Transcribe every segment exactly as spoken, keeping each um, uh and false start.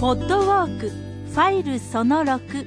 ポッドウォークファイルそのろく。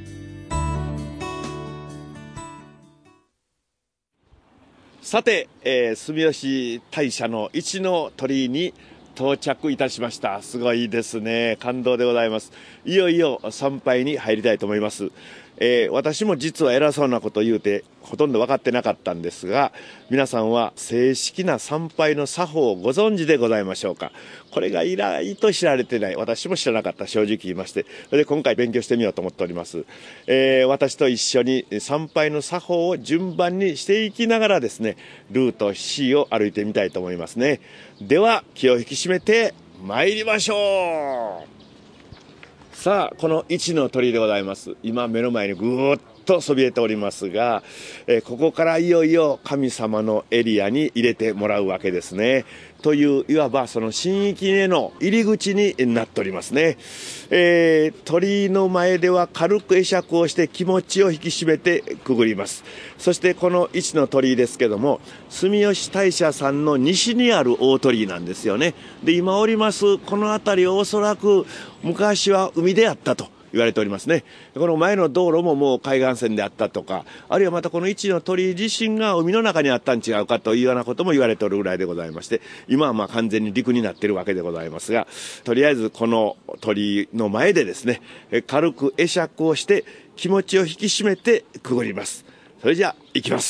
さて、えー、住吉大社の一の鳥居に到着いたしました。すごいですね。感動でございます。いよいよ参拝に入りたいと思います。えー、私も実は偉そうなことを言うてほとんど分かってなかったんですが、皆さんは正式な参拝の作法をご存知でございましょうか。これが意外と知られてない。私も知らなかった、正直言いまして、それで今回勉強してみようと思っております。えー、私と一緒に参拝の作法を順番にしていきながらですね、ルート C を歩いてみたいと思いますね。では気を引き締めて参りましょう。さあ、この一の鳥居でございます。今目の前にぐーっとそびえておりますが、えー、ここからいよいよ神様のエリアに入れてもらうわけですね。といういわばその神域への入り口になっておりますね。えー、鳥居の前では軽く会釈をして気持ちを引き締めてくぐります。そしてこの一の鳥居ですけども、住吉大社さんの西にある大鳥居なんですよね。で、今おりますこの辺りはおそらく昔は海であったと言われておりますね。この前の道路ももう海岸線であったとか、あるいはまたこの一の鳥居自身が海の中にあったん違うかというようなことも言われておるぐらいでございまして、今はまあ完全に陸になっているわけでございますが、とりあえずこの鳥居の前でですね、軽く会釈をして気持ちを引き締めてくぐります。それじゃあ行きます。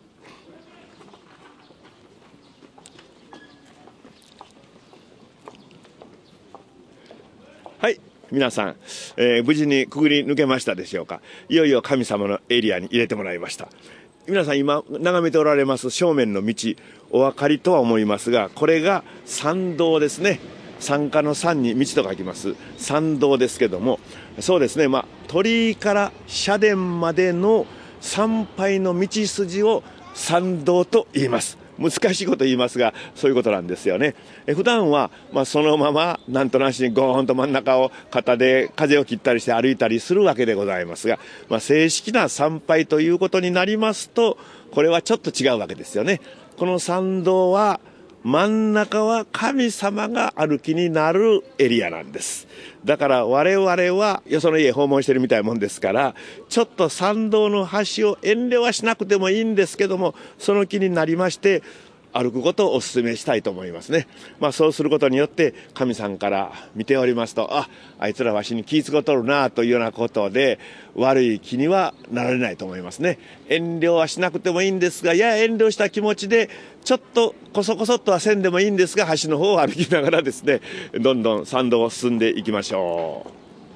はい、皆さん、えー、無事にくぐり抜けましたでしょうか。いよいよ神様のエリアに入れてもらいました。皆さん今眺めておられます正面の道、お分かりとは思いますが、これが参道ですね。参加の参に道と書きます参道ですけども、そうですね、まあ、鳥居から社殿までの参拝の道筋を参道と言います。難しいこと言いますが、そういうことなんですよね。え普段は、まあ、そのままなんとなしにゴーンと真ん中を肩で風を切ったりして歩いたりするわけでございますが、まあ、正式な参拝ということになりますと、これはちょっと違うわけですよね。この参道は真ん中は神様が歩きになるエリアなんです。だから我々はよその家訪問してるみたいなもんですから、ちょっと参道の端を遠慮はしなくてもいいんですけども、その気になりまして歩くことをお勧めしたいと思いますね。まあそうすることによって神さんから見ておりますと、あ、あいつらわしに気遣うとるなというようなことで悪い気にはなられないと思いますね。遠慮はしなくてもいいんですが、やや遠慮した気持ちでちょっとこそこそっとはせんでもいいんですが、橋の方を歩きながらですね、どんどん参道を進んでいきましょう。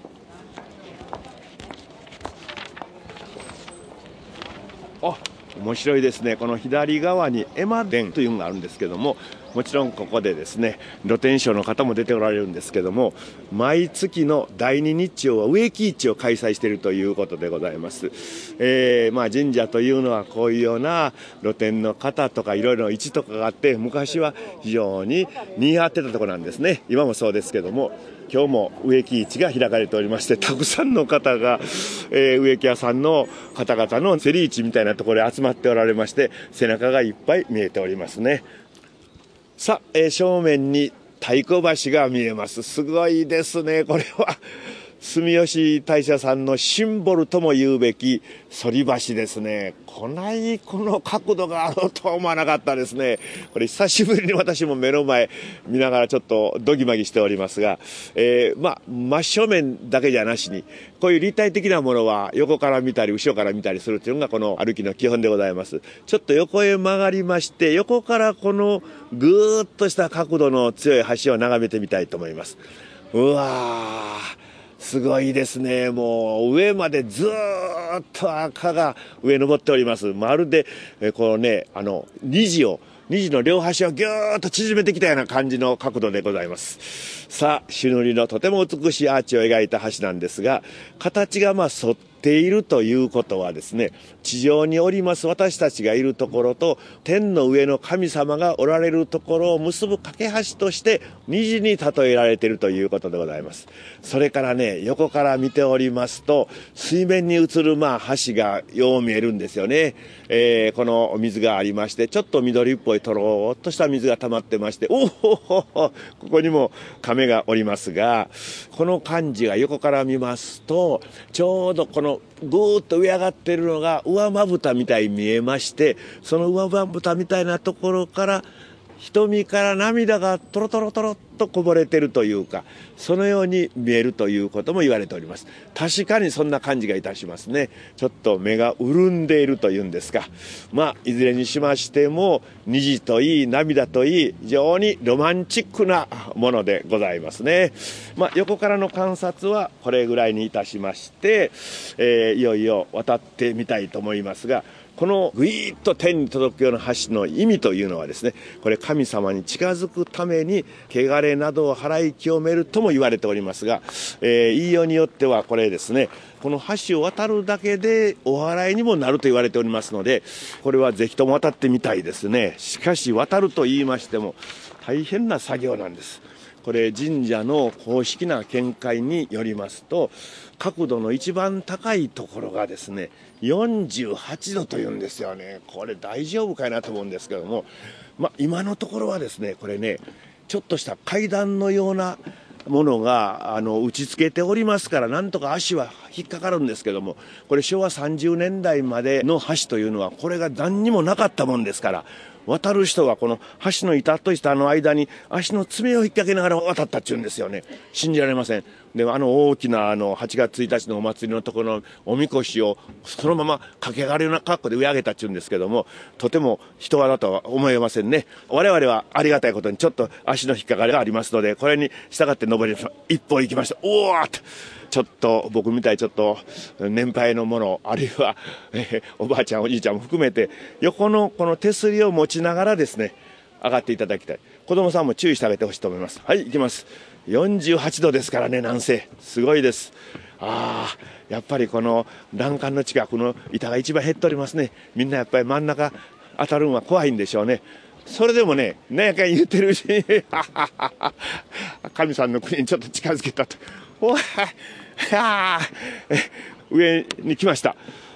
あ、面白いですね。この左側に絵馬殿というのがあるんですけども、もちろんここでですね、露天商の方も出ておられるんですけども、毎月のだいに日曜は植木市を開催しているということでございます。えー、まあ神社というのはこういうような露天の方とかいろいろな市とかがあって、昔は非常に賑わってたところなんですね。今もそうですけども、今日も植木市が開かれておりまして、たくさんの方が、えー、植木屋さんの方々の競り市みたいなところに集まっておられまして、背中がいっぱい見えておりますね。さあ、えー、正面に太鼓橋が見えます。すごいですね。これは住吉大社さんのシンボルとも言うべき反り橋ですね。こないこの角度があろうとは思わなかったですね。これ久しぶりに私も目の前見ながらちょっとドギマギしておりますが、えー、まあ真正面だけじゃなしに、こういう立体的なものは横から見たり後ろから見たりするというのがこの歩きの基本でございます。ちょっと横へ曲がりまして、横からこのぐーっとした角度の強い橋を眺めてみたいと思います。うわー、すごいですね。もう上までずーっと赤が上登っております。まるでえこのね、あの虹を虹の両端をぎゅーっと縮めてきたような感じの角度でございます。さあ、朱塗りのとても美しいアーチを描いた橋なんですが、形がまあ反っっているということはですね、地上におります私たちがいるところと天の上の神様がおられるところを結ぶ架け橋として虹に例えられているということでございます。それからね、横から見ておりますと水面に映るまあ橋がよう見えるんですよね。えー、この水がありまして、ちょっと緑っぽいとろーっとした水が溜まってまして、おほほほ、ここにも亀がおりますが、この感じが横から見ますとちょうどこのぐーっと上上がってるのが上まぶたみたいに見えまして、その上まぶたみたいなところから瞳から涙がトロトロトロっとこぼれてるというか、そのように見えるということも言われております。確かにそんな感じがいたしますね。ちょっと目が潤んでいるというんですか。まあいずれにしましても虹といい涙といい非常にロマンチックなものでございますね。まあ横からの観察はこれぐらいにいたしまして、えー、いよいよ渡ってみたいと思いますが、このぐいーっと天に届くような橋の意味というのはですね、これ神様に近づくために汚れなどを払い清めるとも言われておりますが、えー、言いようによってはこれですね、この橋を渡るだけでお祓いにもなると言われておりますので、これはぜひとも渡ってみたいですね。しかし渡ると言いましても大変な作業なんです。これ神社の公式な見解によりますと、角度の一番高いところがですねよんじゅうはちどというんですよね。これ大丈夫かいなと思うんですけども、まあ、今のところはですね、これねちょっとした階段のようなものがあの打ち付けておりますから、なんとか足は引っかかるんですけども、これしょうわさんじゅうねんだいまでの橋というのはこれが何にもなかったもんですから、渡る人はこの橋の板と板の間に足の爪を引っ掛けながら渡ったっちゅうんですよね。信じられません。であの大きなあのはちがつついたちのお祭りのところのおみこしをそのまま駆け上がるような格好で上上げたっちゅうんですけども、とても人はだとは思えませんね。我々はありがたいことにちょっと足の引っかかりがありますので、これに従って登り一歩行きました。おーっとちょっと僕みたいちょっと年配の者、あるいは、えー、おばあちゃんおじいちゃんも含めて横のこの手すりを持ちながらですね上がっていただきたい。子供さんも注意してあげてほしいと思います。はい、行きます。よんじゅうはちどですからね、南西すごいです。ああ、やっぱりこの欄干の近くの板が一番減っておりますね。みんなやっぱり真ん中当たるのは怖いんでしょうね。それでもね、何やかん言ってるし神さんの国にちょっと近づけたと。おいあ上に来ました。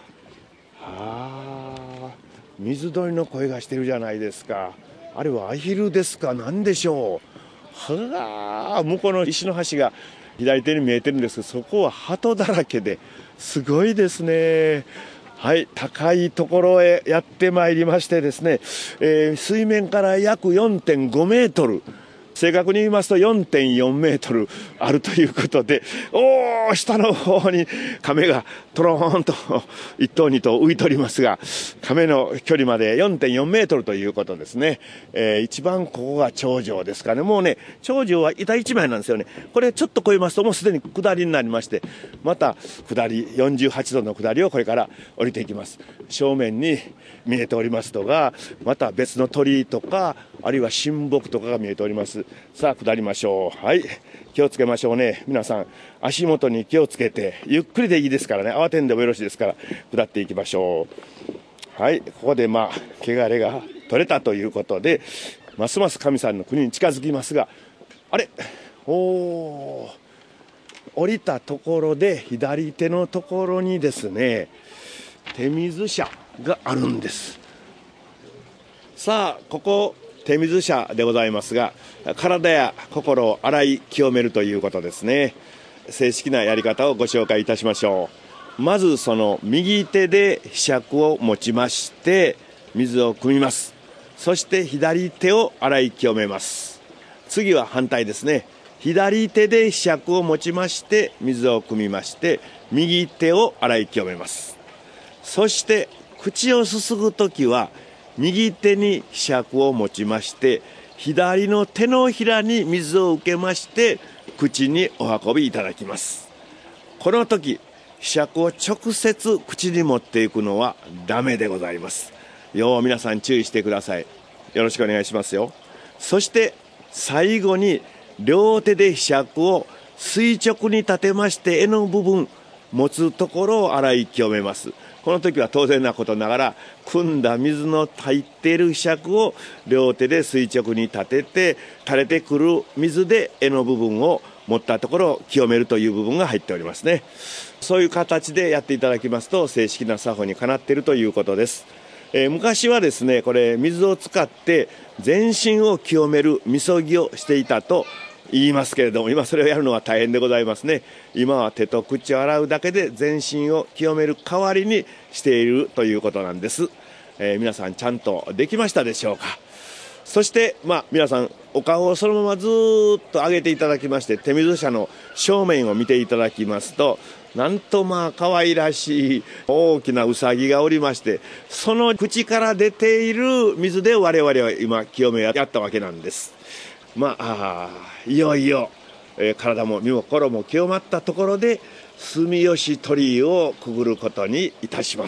あ水鳥の声がしてるじゃないですか。あれはアヒルですか、何でしょう。はあ、向こうの石の橋が左手に見えてるんですけど、そこは鳩だらけですごいですね。はい、高いところへやってまいりましてですね、えー、水面から約 よんてんごメートル、正確に言いますと よんてんよんメートルあるということで、おー、下の方に亀がトローンと一頭二頭浮いておりますが、亀の距離まで よんてんよんメートルということですね。えー、一番ここが頂上ですかね。もうね、頂上は板一枚なんですよね。これちょっと越えますともうすでに下りになりまして、また下りよんじゅうはちどの下りをこれから降りていきます。正面に見えておりますとが、また別の鳥居とかあるいは神木とかが見えております。さあ下りましょう。はい、気をつけましょうね。皆さん足元に気をつけて、ゆっくりでいいですからね、慌てんでもよろしいですから下っていきましょう。はい、ここでまあ汚れが取れたということで、ますます神さんの国に近づきますが、あれ、おー、降りたところで左手のところにですね手水舎があるんです。さあここ手水舎でございますが、体や心を洗い清めるということですね。正式なやり方をご紹介いたしましょう。まずその右手で柄杓を持ちまして水を汲みます。そして左手を洗い清めます。次は反対ですね。左手で柄杓を持ちまして水を汲みまして右手を洗い清めます。そして口をすすぐときは右手に柄杓を持ちまして左の手のひらに水を受けまして口にお運びいただきます。この時柄杓を直接口に持っていくのはダメでございます。よう皆さん注意してください。よろしくお願いしますよ。そして最後に両手で柄杓を垂直に立てまして柄の部分持つところを洗い清めます。この時は当然なことながら、汲んだ水の入っている柄杓を両手で垂直に立てて、垂れてくる水で柄の部分を持ったところを清めるという部分が入っておりますね。そういう形でやっていただきますと、正式な作法にかなっているということです。えー、昔はですね、これ水を使って全身を清めるみそぎをしていたと言いますけれども、今それをやるのは大変でございますね。今は手と口を洗うだけで全身を清める代わりにしているということなんです。えー、皆さんちゃんとできましたでしょうか。そしてまあ皆さんお顔をそのままずっと上げていただきまして、手水舎の正面を見ていただきますと、なんとまあ可愛らしい大きなウサギがおりまして、その口から出ている水で我々は今清めをやったわけなんです。まあ、あいよいよ、えー、体も身も心も清まったところで住吉鳥居をくぐることにいたします。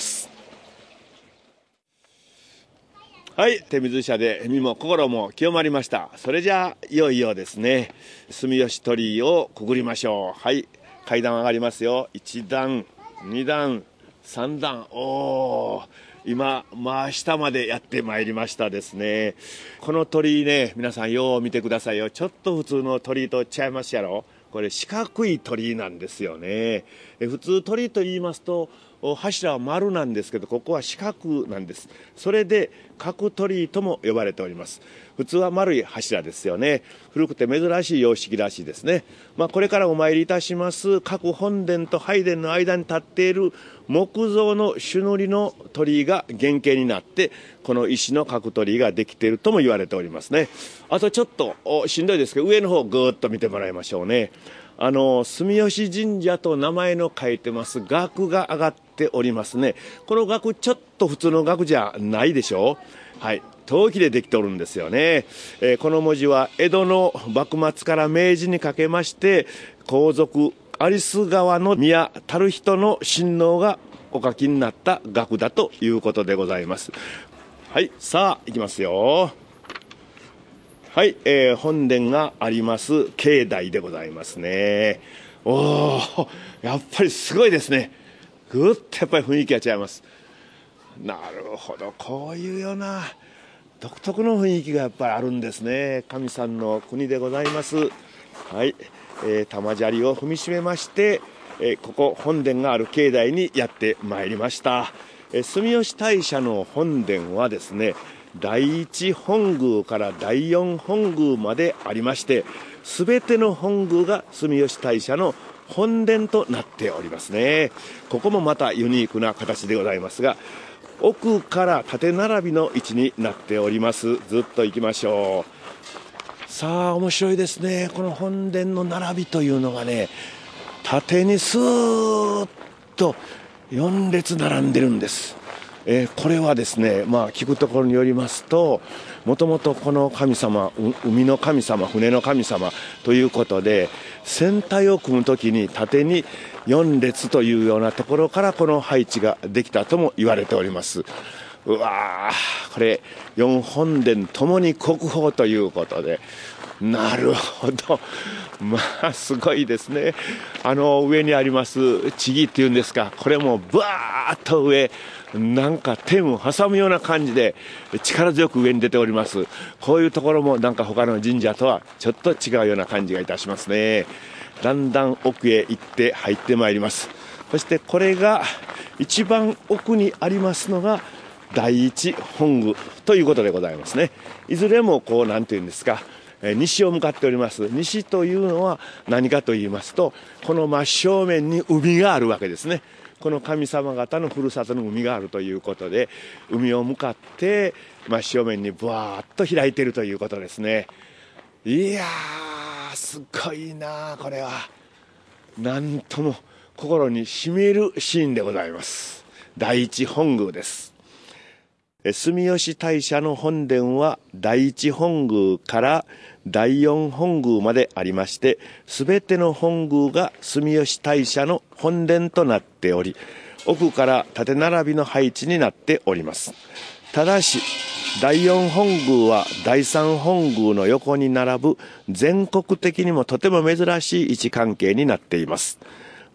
はい、手水舎で身も心も清まりました。それじゃあいよいよですね、住吉鳥居をくぐりましょう。はい、階段上がりますよ。いち段に段さん段、おー、今真下までやってまいりましたですね。この鳥居ね、皆さんよう見てくださいよ。ちょっと普通の鳥居とちゃいますやろ。これ四角い鳥居なんですよね。え普通鳥居と言いますと柱は丸なんですけど、ここは四角なんです。それで角鳥居とも呼ばれております。普通は丸い柱ですよね。古くて珍しい様式らしいですね。まあ、これからお参りいたします各本殿と拝殿の間に立っている木造の朱塗りの鳥居が原型になって、この石の角鳥居ができているとも言われておりますね。あとちょっとしんどいですけど、上の方をぐーっと見てもらいましょうね。あの住吉神社と名前の書いてます額が上がっておりますね。この額ちょっと普通の額じゃないでしょう。はい、陶器でできておるんですよね。えー、この文字は江戸の幕末から明治にかけまして皇族有栖川の宮樽人の親王がお書きになった額だということでございます。はい、さあ行きますよ。はい、えー、本殿があります境内でございますね。おー、やっぱりすごいですね。ぐっとやっぱり雰囲気が違います。なるほど、こういうような独特の雰囲気がやっぱりあるんですね。神さんの国でございます。はい、えー、玉砂利を踏みしめまして、えー、ここ本殿がある境内にやってまいりました。えー、住吉大社の本殿はですね、第一本宮から第四本宮までありまして、すべての本宮が住吉大社の本殿となっておりますね。ここもまたユニークな形でございますが、奥から縦並びの位置になっております。ずっと行きましょう。さあ面白いですね。この本殿の並びというのがね、縦にスーッとよん列並んでるんです。えー、これはですね、まあ聞くところによりますと、もともとこの神様、海の神様、船の神様ということで、船体を組むときに縦によん列というようなところからこの配置ができたとも言われております。うわー、これよん本殿ともに国宝ということで、なるほど、まあすごいですね。あの上にあります千木っていうんですか、これもブワーッと上、なんか天を挟むような感じで力強く上に出ております。こういうところもなんか他の神社とはちょっと違うような感じがいたしますね。だんだん奥へ行って入ってまいります。そしてこれが一番奥にありますのが第一本宮ということでございますね。いずれもこうなんていうんですか、西を向かっております。西というのは何かと言いますと、この真正面に海があるわけですね。この神様方のふるさとの海があるということで、海を向かって真正面にブワーッと開いているということですね。いやーすごいな、これはなんとも心にしみるシーンでございます。第一本宮です。住吉大社の本殿は第一本宮から第四本宮までありまして、すべての本宮が住吉大社の本殿となっており、奥から縦並びの配置になっております。ただし第四本宮は第三本宮の横に並ぶ全国的にもとても珍しい位置関係になっています。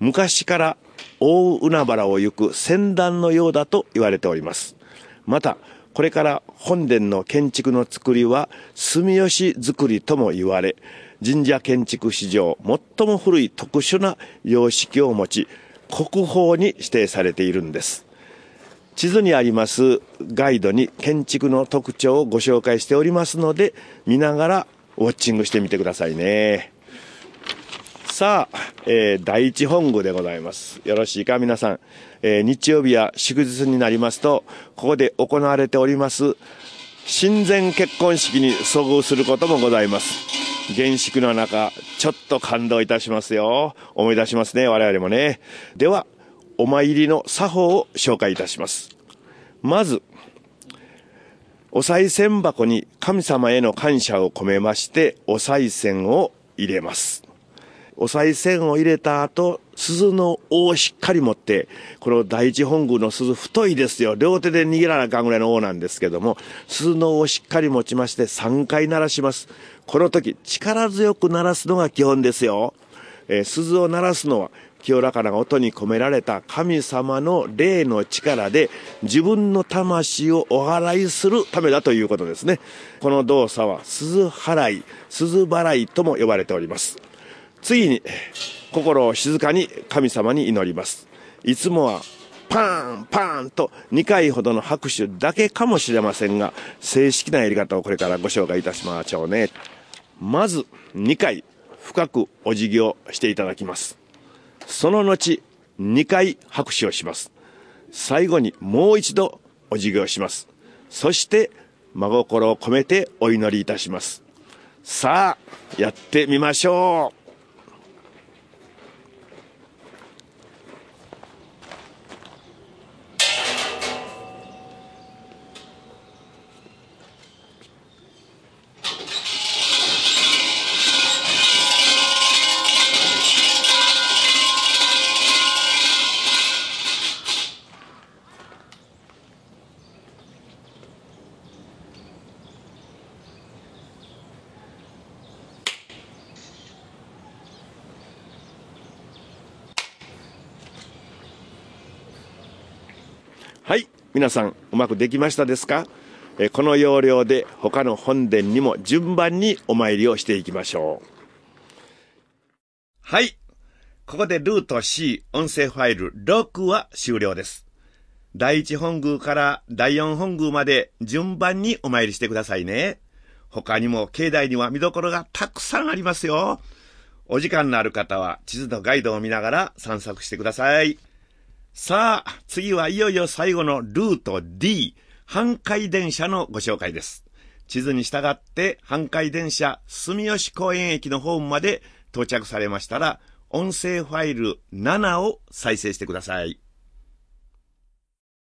昔から大海原を行く船団のようだと言われております。また、これから本殿の建築の造りは住吉造りとも言われ、神社建築史上最も古い特殊な様式を持ち、国宝に指定されているんです。地図にありますガイドに建築の特徴をご紹介しておりますので、見ながらウォッチングしてみてくださいね。さあ、えー、第一本宮でございます。よろしいか皆さん、えー、日曜日や祝日になりますと、ここで行われております神前結婚式に遭遇することもございます。厳粛な中、ちょっと感動いたしますよ。思い出しますね、我々もね。では、お参りの作法を紹介いたします。まず、お賽銭箱に神様への感謝を込めまして、お賽銭を入れます。お賽銭を入れた後、鈴の尾をしっかり持って、この第一本宮の鈴太いですよ。両手で握らなあかんぐらいの尾なんですけども、鈴の尾をしっかり持ちましてさんかい鳴らします。この時、力強く鳴らすのが基本ですよ。えー、鈴を鳴らすのは、清らかな音に込められた神様の霊の力で自分の魂をお祓いするためだということですね。この動作は鈴払い、鈴払いとも呼ばれております。次に、心を静かに神様に祈ります。いつもはパーンパーンとにかいほどの拍手だけかもしれませんが、正式なやり方をこれからご紹介いたしましょうね。まずにかい深くお辞儀をしていただきます。その後にかい拍手をします。最後にもう一度お辞儀をします。そして真心を込めてお祈りいたします。さあ、やってみましょう。はい、皆さんうまくできましたですか？えこの要領で他の本殿にも順番にお参りをしていきましょう。はい、ここでルート C 音声ファイルろくは終了です。第一本宮から第四本宮まで順番にお参りしてくださいね。他にも境内には見どころがたくさんありますよ。お時間のある方は地図とガイドを見ながら散策してください。さあ、次はいよいよ最後のルート D、阪海電車のご紹介です。地図に従って阪海電車住吉公園駅のホームまで到着されましたら、音声ファイルななを再生してください。